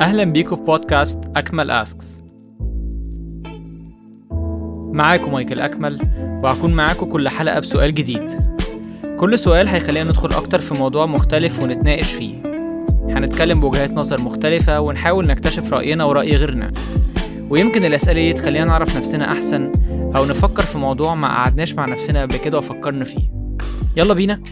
أهلا بيكم في بودكاست أكمل أسكس. معاكم مايكل أكمل، وهكون معاكم كل حلقة بسؤال جديد. كل سؤال هيخلينا ندخل أكتر في موضوع مختلف ونتناقش فيه. هنتكلم بوجهات نظر مختلفة ونحاول نكتشف رأينا ورأي غيرنا، ويمكن الأسئلة دي تخلينا نعرف نفسنا أحسن أو نفكر في موضوع ما قعدناش مع نفسنا قبل كده وفكرنا فيه. يلا بينا.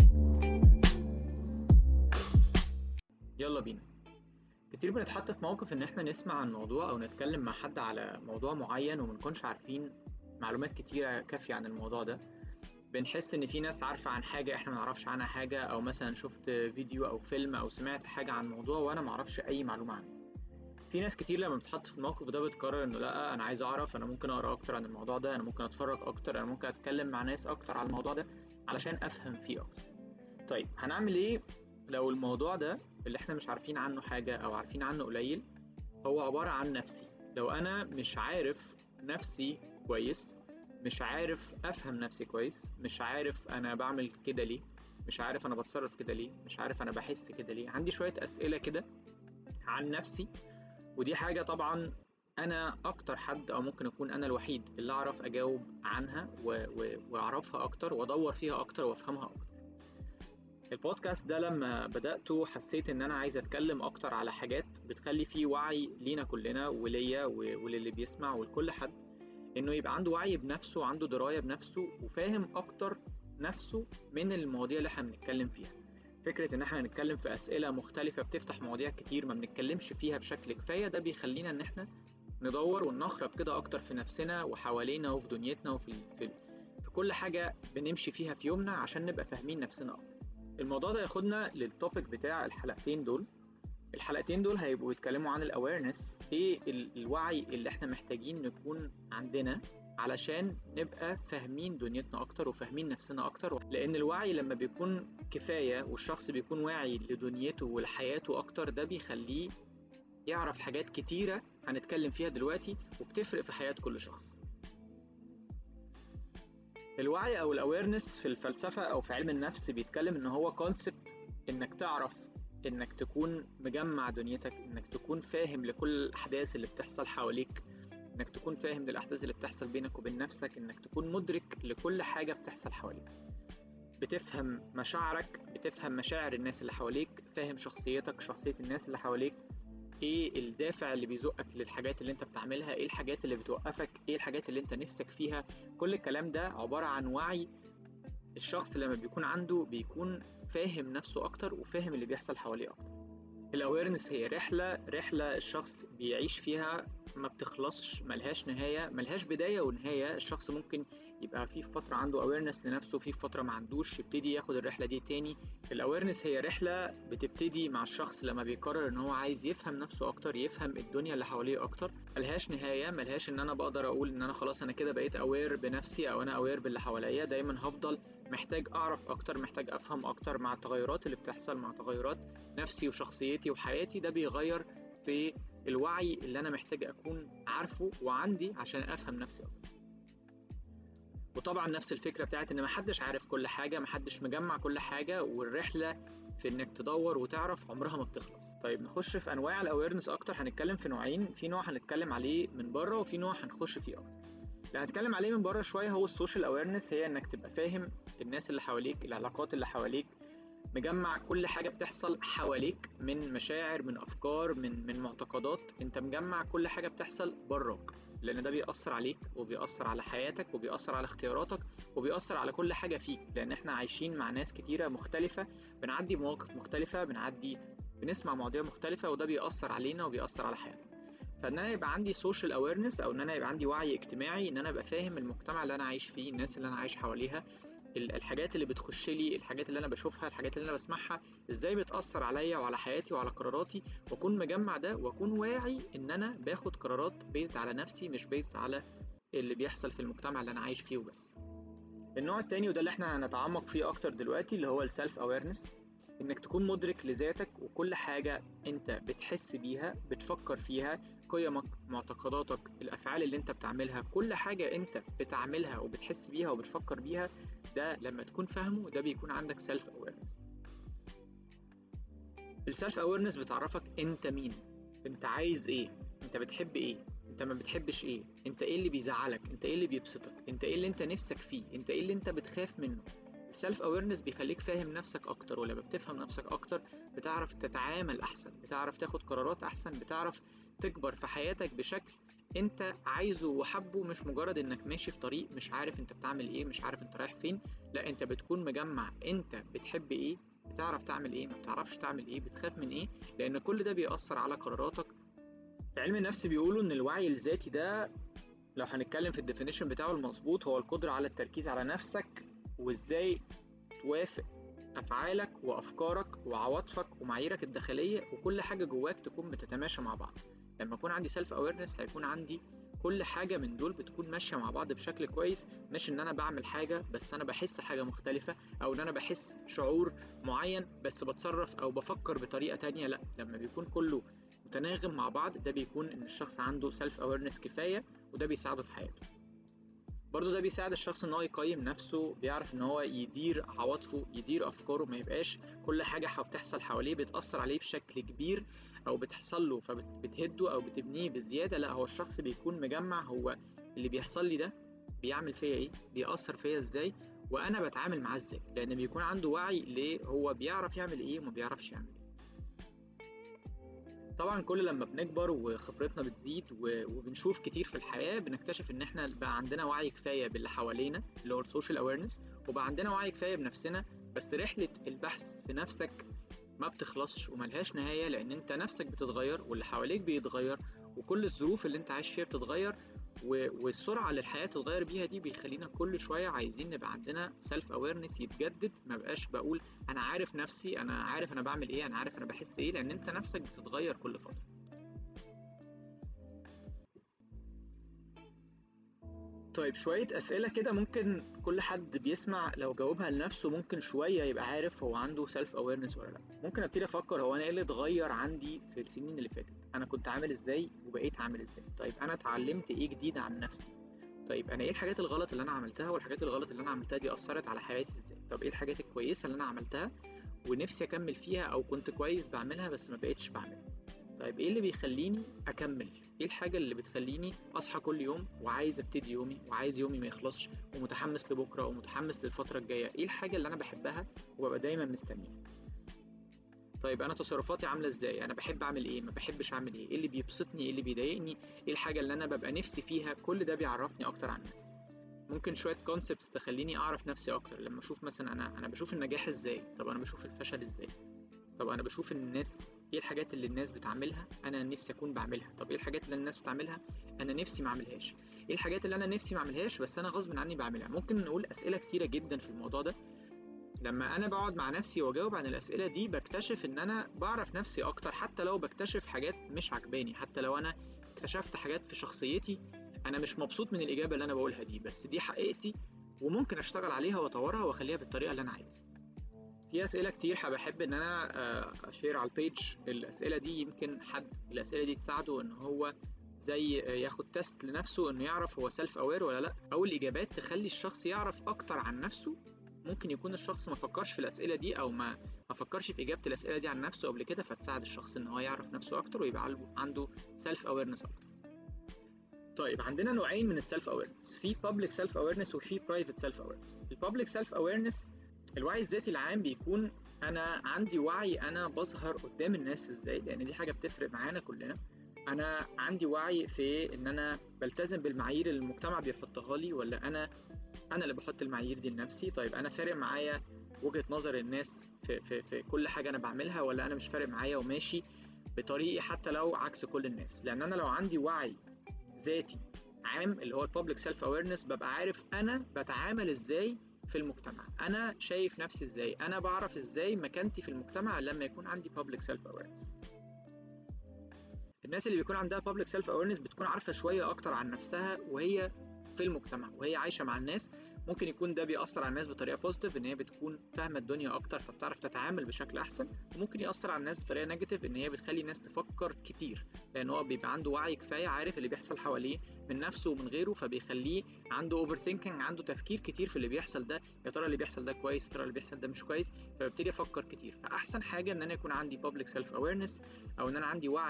كتير بنتحط في موقف ان احنا نسمع عن موضوع او نتكلم مع حد على موضوع معين ومنكونش عارفين معلومات كتيرة كافية عن الموضوع ده. بنحس ان في ناس عارفة عن حاجة احنا منعرفش عنها حاجة، او مثلا شفت فيديو او فيلم او سمعت حاجة عن موضوع وانا معرفش اي معلومة عنه. في ناس كتير لما بتحط في الموقف ده بتقرر انه لا، انا عايز اعرف، انا ممكن اقرا اكتر عن الموضوع ده، انا ممكن اتفرج اكتر، انا ممكن اتكلم مع ناس اكتر عن الموضوع ده علشان افهم فيه اكتر. طيب هنعمل ايه لو الموضوع ده اللي احنا مش عارفين عنه حاجة او عارفين عنه قليل هو عبارة عن نفسي؟ لو أنا مش عارف نفسي كويس، مش عارف أفهم نفسي كويس، مش عارف أنا بعمل كده ليه، مش عارف أنا بتصرف كده ليه، مش عارف أنا بحس كده ليه، عندي شوية أسئلة كده عن نفسي. ودي حاجة طبعا أنا أكتر حد، أو ممكن أكون أنا الوحيد اللي أعرف أجاوب عنها وأعرفها أكتر وأدور فيها أكتر وأفهمها أكتر. البودكاست ده لما بدأته حسيت ان انا عايز اتكلم اكتر على حاجات بتخلي فيه وعي لينا كلنا وليا وللي بيسمع ولكل حد، انه يبقى عنده وعي بنفسه وعنده دراية بنفسه وفاهم اكتر نفسه من المواضيع اللي احنا بنتكلم فيها. فكرة ان احنا نتكلم في اسئلة مختلفة بتفتح مواضيع كتير ما بنتكلمش فيها بشكل كفاية، ده بيخلينا ان احنا ندور ونخرب كده اكتر في نفسنا وحوالينا وفي دنيتنا في كل حاجة بنمشي فيها في يومنا عشان نبقى فاهمين نفسنا اكتر. الموضوع ده ياخدنا للتوبيك بتاع الحلقتين دول هيبقوا يتكلموا عن الاويرنس، ايه الوعي اللي احنا محتاجين نكون عندنا علشان نبقى فاهمين دنيتنا اكتر وفاهمين نفسنا اكتر. لان الوعي لما بيكون كفاية والشخص بيكون واعي لدنيته ولحياته اكتر، ده بيخليه يعرف حاجات كتيرة هنتكلم فيها دلوقتي وبتفرق في حياة كل شخص. الوعي او الاويرنس في الفلسفة او في علم النفس بيتكلم ان هو كونسبت انك تعرف، انك تكون مجمع دنيتك، انك تكون فاهم لكل الاحداث اللي بتحصل حواليك، انك تكون فاهم للاحداث اللي بتحصل بينك وبين نفسك، انك تكون مدرك لكل حاجة بتحصل حواليك، بتفهم مشاعرك، بتفهم مشاعر الناس اللي حواليك، فاهم شخصيتك، شخصية الناس اللي حواليك، ايه الدافع اللي بيزقك للحاجات اللي انت بتعملها، ايه الحاجات اللي بتوقفك، ايه الحاجات اللي انت نفسك فيها. كل الكلام ده عبارة عن وعي الشخص لما بيكون عنده، بيكون فاهم نفسه اكتر وفاهم اللي بيحصل حواليه اكتر. الاويرنس هي رحلة الشخص بيعيش فيها ما بتخلصش، ملهاش نهاية، ملهاش بداية ونهاية. الشخص ممكن يبقى في فترة عنده اويرنس لنفسه، في فترة ما عندوش، يبتدي ياخد الرحلة دي تاني. الاويرنس هي رحلة بتبتدي مع الشخص لما بيقرر ان هو عايز يفهم نفسه اكتر، يفهم الدنيا اللي حواليه اكتر. ملهاش نهاية، ملهاش ان انا بقدر اقول ان انا خلاص انا كده بقيت اوير بنفسي او انا اوير باللي حواليا. دايما هفضل محتاج اعرف اكتر، محتاج افهم اكتر مع التغيرات اللي بتحصل، مع تغيرات نفسي وشخصيتي وحياتي. ده بيغير في الوعي اللي انا محتاج اكون عارفه وعندي عشان افهم نفسي اكتر. وطبعا نفس الفكرة بتاعت ان محدش عارف كل حاجة، محدش مجمع كل حاجة، والرحلة في انك تدور وتعرف عمرها ما بتخلص. طيب نخش في انواع الاويرنس اكتر. هنتكلم في نوعين، في نوع هنتكلم عليه من بره وفي نوع هنخش فيه اكتر. اللي هنتكلم عليه من بره شوية هو السوشيال اويرنس، هي انك تبقى فاهم الناس اللي حواليك، العلاقات اللي حواليك، مجمع كل حاجة بتحصل حواليك من مشاعر، من أفكار، من معتقدات. أنت مجمع كل حاجة بتحصل براك، لأن ده بيأثر عليك وبيأثر على حياتك وبيأثر على اختياراتك وبيأثر على كل حاجة فيك، لأن إحنا عايشين مع ناس كتيرة مختلفة، بنعدي مواقف مختلفة، بنسمع مواضيع مختلفة، وده بيأثر علينا وبيأثر على حياتنا. فان انا يبقى عندي سوشيال اويرنس، او ان انا يبقى عندي وعي اجتماعي، ان انا ابقى فاهم المجتمع اللي انا عايش فيه، الناس اللي انا عايش حواليها، الحاجات اللي بتخش لي، الحاجات اللي انا بشوفها، الحاجات اللي انا بسمعها، ازاي بتأثر عليا وعلى حياتي وعلى قراراتي، واكون مجمع ده واكون واعي ان انا باخد قرارات بيزد على نفسي مش بيزد على اللي بيحصل في المجتمع اللي انا عايش فيه وبس. النوع التاني وده اللي احنا هنتعمق فيه اكتر دلوقتي اللي هو السيلف اويرنس، انك تكون مدرك لذاتك وكل حاجة انت بتحس بيها، بتفكر فيها، قيمك، معتقداتك، الافعال اللي انت بتعملها، كل حاجة انت بتعملها وبتحس بيها وبتفكر بيها. ده لما تكون فاهمه ده بيكون عندك سيلف اويرنس. السيلف اويرنس بتعرفك انت مين، انت عايز ايه، انت بتحب ايه، انت ما بتحبش ايه، انت ايه اللي بيزعلك، انت ايه اللي بيبسطك، انت ايه اللي انت نفسك فيه، انت ايه اللي انت بتخاف منه. السيلف اويرنس بيخليك فاهم نفسك اكتر، ولما بتفهم نفسك اكتر بتعرف تتعامل احسن، بتعرف تاخد قرارات احسن، بتعرف تكبر في حياتك بشكل انت عايزه وحبه، مش مجرد انك ماشي في طريق مش عارف انت بتعمل ايه، مش عارف انت رايح فين. لا، انت بتكون مجمع انت بتحب ايه، بتعرف تعمل ايه، ما بتعرفش تعمل ايه، بتخاف من ايه، لان كل ده بيأثر على قراراتك. في علم النفس بيقولوا ان الوعي الذاتي ده، لو هنتكلم في الديفينيشن بتاعه المظبوط، هو القدرة على التركيز على نفسك وازاي توافق افعالك وافكارك وعواطفك ومعاييرك الداخلية وكل حاجة جواك تكون بتتماشى مع بعض. لما يكون عندي سيلف اويرنس هيكون عندي كل حاجة من دول بتكون ماشية مع بعض بشكل كويس، مش ان انا بعمل حاجة بس انا بحس حاجة مختلفة، او ان انا بحس شعور معين بس بتصرف او بفكر بطريقة تانية. لا، لما بيكون كله متناغم مع بعض ده بيكون ان الشخص عنده سيلف اويرنس كفاية، وده بيساعده في حياته. برضه ده بيساعد الشخص ان هو يقيم نفسه، بيعرف ان هو يدير عواطفه، يدير افكاره، ما يبقاش كل حاجة بتحصل حواليه بتأثر عليه بشكل كبير او بتحصل له فبتهده او بتبنيه بزيادة. لا، هو الشخص بيكون مجمع هو اللي بيحصل لي ده بيعمل فيا ايه، بيأثر فيا ازاي، وانا بتعامل معاه ازاي، لان بيكون عنده وعي ليه هو بيعرف يعمل ايه وما بيعرفش يعمل ايه. طبعا كل لما بنكبر وخبرتنا بتزيد وبنشوف كتير في الحياة بنكتشف ان احنا بقى عندنا وعي كفاية باللي حوالينا اللي هو السوشيال اويرنس، وبقى عندنا وعي كفاية بنفسنا. بس رحلة البحث في نفسك ما بتخلصش وملهاش نهاية، لان انت نفسك بتتغير واللي حواليك بيتغير وكل الظروف اللي انت عايش فيها بتتغير، والسرعة اللي الحياة تتغير بيها دي بيخلينا كل شوية عايزين نبقى عندنا سيلف اويرنس يتجدد. ما بقاش بقول انا عارف نفسي، انا عارف انا بعمل ايه، انا عارف انا بحس ايه، لان انت نفسك بتتغير كل فترة. طيب شوية أسئلة كده ممكن كل حد بيسمع لو جاوبها لنفسه ممكن شوية يبقى عارف هو عنده سيلف اويرنس ولا لا. ممكن ابتدي افكر هو انا ايه اللي اتغير عندي في السنين اللي فاتت، انا كنت عامل ازاي وبقيت عامل ازاي، طيب انا اتعلمت ايه جديد عن نفسي، طيب انا ايه الحاجات الغلط اللي انا عملتها والحاجات الغلط اللي انا عملتها دي اثرت على حياتي ازاي، طب ايه الحاجات الكويسة اللي انا عملتها ونفسي اكمل فيها او كنت كويس بعملها بس ما بقتش بعملها، طيب ايه اللي بيخليني اكمل، ايه الحاجة اللي بتخليني اصحى كل يوم وعايز ابتدي يومي وعايز يومي ما يخلصش ومتحمس لبكرة ومتحمس للفترة الجاية، ايه الحاجة اللي انا بحبها وببقى دايما مستنيها. طيب انا تصرفاتي عاملة ازاي، انا بحب اعمل ايه، ما بحبش اعمل ايه، ايه اللي بيبسطني، ايه اللي بيضايقني، ايه الحاجة اللي انا ببقى نفسي فيها، كل ده بيعرفني اكتر عن نفسي. ممكن شوية كونسبتس تخليني اعرف نفسي اكتر، لما اشوف مثلا انا بشوف النجاح ازاي، طب انا بشوف الفشل ازاي، طب انا بشوف الناس ايه الحاجات اللي الناس بتعملها انا نفسي اكون بعملها، طب ايه الحاجات اللي الناس بتعملها انا نفسي ما اعملهاش، ايه الحاجات اللي انا نفسي ما اعملهاش بس انا غصب عني بعملها. ممكن نقول اسئله كتيره جدا في الموضوع ده. لما انا بقعد مع نفسي واجاوب عن الاسئله دي بكتشف ان انا بعرف نفسي اكتر، حتى لو بكتشف حاجات مش عجباني، حتى لو انا اكتشفت حاجات في شخصيتي انا مش مبسوط من الاجابه اللي انا بقولها دي، بس دي حقيقتي وممكن اشتغل عليها واطورها واخليها بالطريقه اللي انا عايزها. في اسئله كتير بحب ان انا اشير على البيج الاسئله دي، يمكن حد الاسئله دي تساعده ان هو زي ياخد تيست لنفسه انه يعرف هو سيلف اوير ولا لا، او الاجابات تخلي الشخص يعرف اكتر عن نفسه. ممكن يكون الشخص ما فكرش في الاسئله دي او ما فكرش في اجابه الاسئله دي عن نفسه قبل كده، فتساعد الشخص ان هو يعرف نفسه اكتر ويبقى عنده سيلف اويرنس اكتر. طيب عندنا نوعين من السيلف اويرنس، في public self awareness وفي private self awareness. البابليك سيلف اويرنس الوعي الذاتي العام بيكون انا عندي وعي انا بظهر قدام الناس ازاي، لان دي حاجه بتفرق معانا كلنا. انا عندي وعي في ان انا بلتزم بالمعايير اللي المجتمع بيحطها لي، ولا انا اللي بحط المعايير دي لنفسي. طيب انا فارق معايا وجهة نظر الناس في كل حاجه انا بعملها، ولا انا مش فارق معايا وماشي بطريقي حتى لو عكس كل الناس. لان انا لو عندي وعي ذاتي عام اللي هو البابليك سيلف اويرنس ببقى عارف انا بتعامل ازاي في المجتمع، انا شايف نفسي ازاي، انا بعرف ازاي مكانتي في المجتمع لما يكون عندي public self awareness. الناس اللي بيكون عندها public self awareness بتكون عارفة شوية اكتر عن نفسها وهي في المجتمع وهي عايشة مع الناس. ممكن يكون ده بيأثر على الناس بطريقة بوزيتيف ان هي بتكون فاهمة الدنيا اكتر فبتعرف تتعامل بشكل احسن، وممكن يأثر على الناس بطريقة نيجاتيف ان هي بتخلي الناس تفكر كتير، لان هو بيبقى عنده وعي كفاية عارف اللي بيحصل حواليه من نفسه ومن غيره، فبيخليه عنده اوفر ثينكينج، عنده تفكير كتير في اللي بيحصل ده، يا ترى اللي بيحصل ده كويس، يا ترى اللي بيحصل ده مش كويس، فببتدي افكر كتير. فاحسن حاجة ان انا يكون عندي public self awareness او ان انا عندي وعي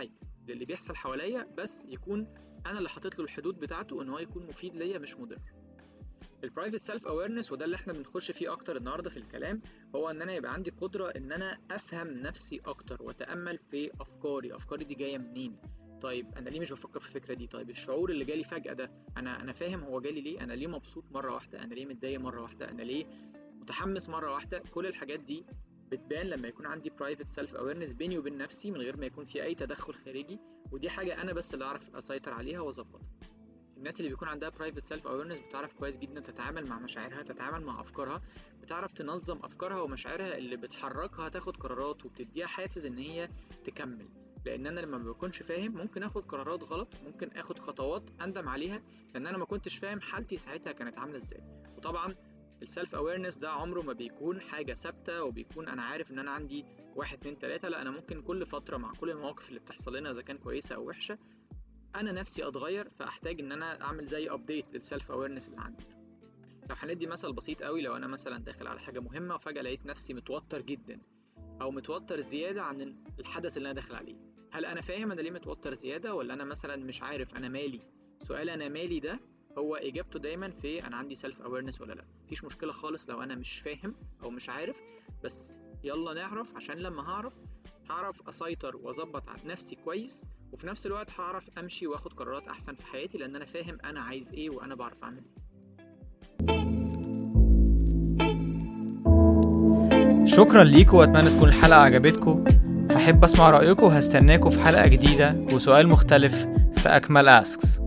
للي بيحصل حواليا، بس يكون انا اللي حاطط له الحدود بتاعته، ان هو يكون مفيد ليا مش مضر. البرايفت سيلف اويرنس، وده اللي احنا بنخش فيه اكتر النهارده في الكلام، هو ان انا يبقى عندي قدره ان انا افهم نفسي اكتر واتامل في افكاري دي جايه منين. طيب انا ليه مش بفكر في الفكره دي؟ طيب الشعور اللي جالي فجاه ده انا فاهم هو جالي ليه؟ انا ليه مبسوط مره واحده؟ انا ليه متضايق مره واحده؟ انا ليه متحمس مره واحده؟ كل الحاجات دي بتبان لما يكون عندي برايفت سيلف اويرنس بيني وبين نفسي، من غير ما يكون في اي تدخل خارجي، ودي حاجه انا بس اللي اعرف اسيطر عليها واظبطها. الناس اللي بيكون عندها برايفت سيلف اويرنس بتعرف كويس جدا تتعامل مع مشاعرها، تتعامل مع افكارها، بتعرف تنظم افكارها ومشاعرها اللي بتحركها تاخد قرارات وبتديها حافز ان هي تكمل. لان انا لما ما بكونش فاهم ممكن اخد قرارات غلط، ممكن اخد خطوات اندم عليها، لان انا ما كنتش فاهم حالتي ساعتها كانت عامله ازاي. وطبعا السيلف اويرنس ده عمره ما بيكون حاجه ثابته وبيكون انا عارف ان انا عندي 1 2 3. لا، انا ممكن كل فتره مع كل المواقف اللي بتحصل لنا اذا كان كويسه او وحشه انا نفسي اتغير، فاحتاج ان انا اعمل زي ابديت للسيلف اويرنس اللي عندي. لو هندي مثل بسيط قوي، لو انا مثلا داخل على حاجه مهمه وفجاه لقيت نفسي متوتر جدا او متوتر زياده عن الحدث اللي انا داخل عليه، هل انا فاهم انا ليه متوتر زياده، ولا انا مثلا مش عارف انا مالي؟ سؤال انا مالي ده هو اجابته دايما في انا عندي سيلف اويرنس ولا لا. مفيش مشكله خالص لو انا مش فاهم او مش عارف، بس يلا نعرف، عشان لما هعرف اسيطر واظبط على نفسي كويس، وفي نفس الوقت هعرف امشي واخد قرارات احسن في حياتي، لان انا فاهم انا عايز ايه وانا بعرف اعمل ايه. شكرا ليكم واتمنى تكون الحلقة عجبتكم. هحب اسمع رأيكم وهستناكم في حلقة جديدة وسؤال مختلف في أكمل أسكس.